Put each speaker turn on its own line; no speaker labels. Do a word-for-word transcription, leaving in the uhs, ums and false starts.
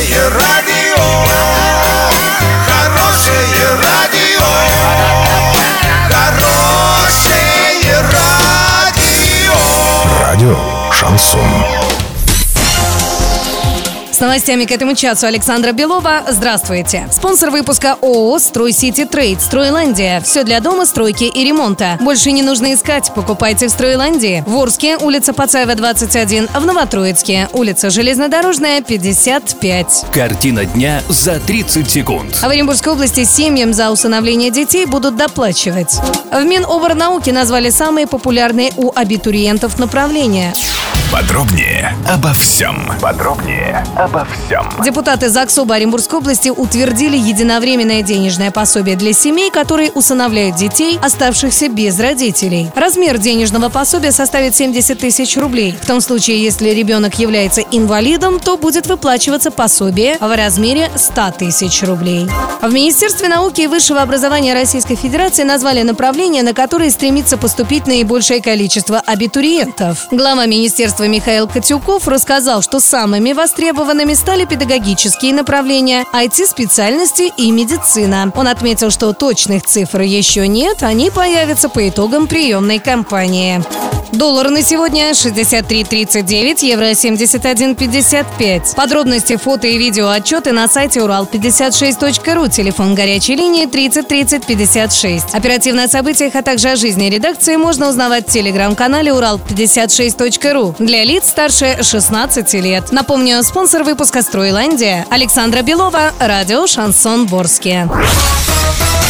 Хорошее радио, хорошее радио, хорошее радио.
Радио Шансон.
С новостями к этому часу Александра Белова. Здравствуйте. Спонсор выпуска ООО «Стройсити Трейд», «Стройландия». Все для дома, стройки и ремонта. Больше не нужно искать. Покупайте в «Стройландии». В Орске, улица Пацаева, двадцать один. В Новотроицке, улица Железнодорожная, пятьдесят пять.
Картина дня за тридцать секунд.
В Оренбургской области семьям за усыновление детей будут доплачивать. В Миноборнауки назвали самые популярные у абитуриентов направления.
Подробнее обо всем. Подробнее обо всем.
Депутаты ЗАГСОБа Оренбургской области утвердили единовременное денежное пособие для семей, которые усыновляют детей, оставшихся без родителей. Размер денежного пособия составит семьдесят тысяч рублей. В том случае, если ребенок является инвалидом, то будет выплачиваться пособие в размере сто тысяч рублей. В Министерстве науки и высшего образования Российской Федерации назвали направления, на которые стремится поступить наибольшее количество абитуриентов. Глава министерства Михаил Котюков рассказал, что самыми востребованными стали педагогические направления, ай ти-специальности и медицина. Он отметил, что точных цифр еще нет, они появятся по итогам приемной кампании. Доллар на сегодня шестьдесят три тридцать девять, евро семьдесят один пятьдесят пять. Подробности, фото и видео отчеты на сайте урал пятьдесят шесть точка ру, телефон горячей линии тридцать тридцать пятьдесят шесть. Оперативно о событиях, а также о жизни редакции можно узнавать в телеграм-канале урал пятьдесят шесть точка ру для лиц старше шестнадцати лет. Напомню, спонсор выпуска «Стройландия». Александра Белова, радио «Шансон» в Орске.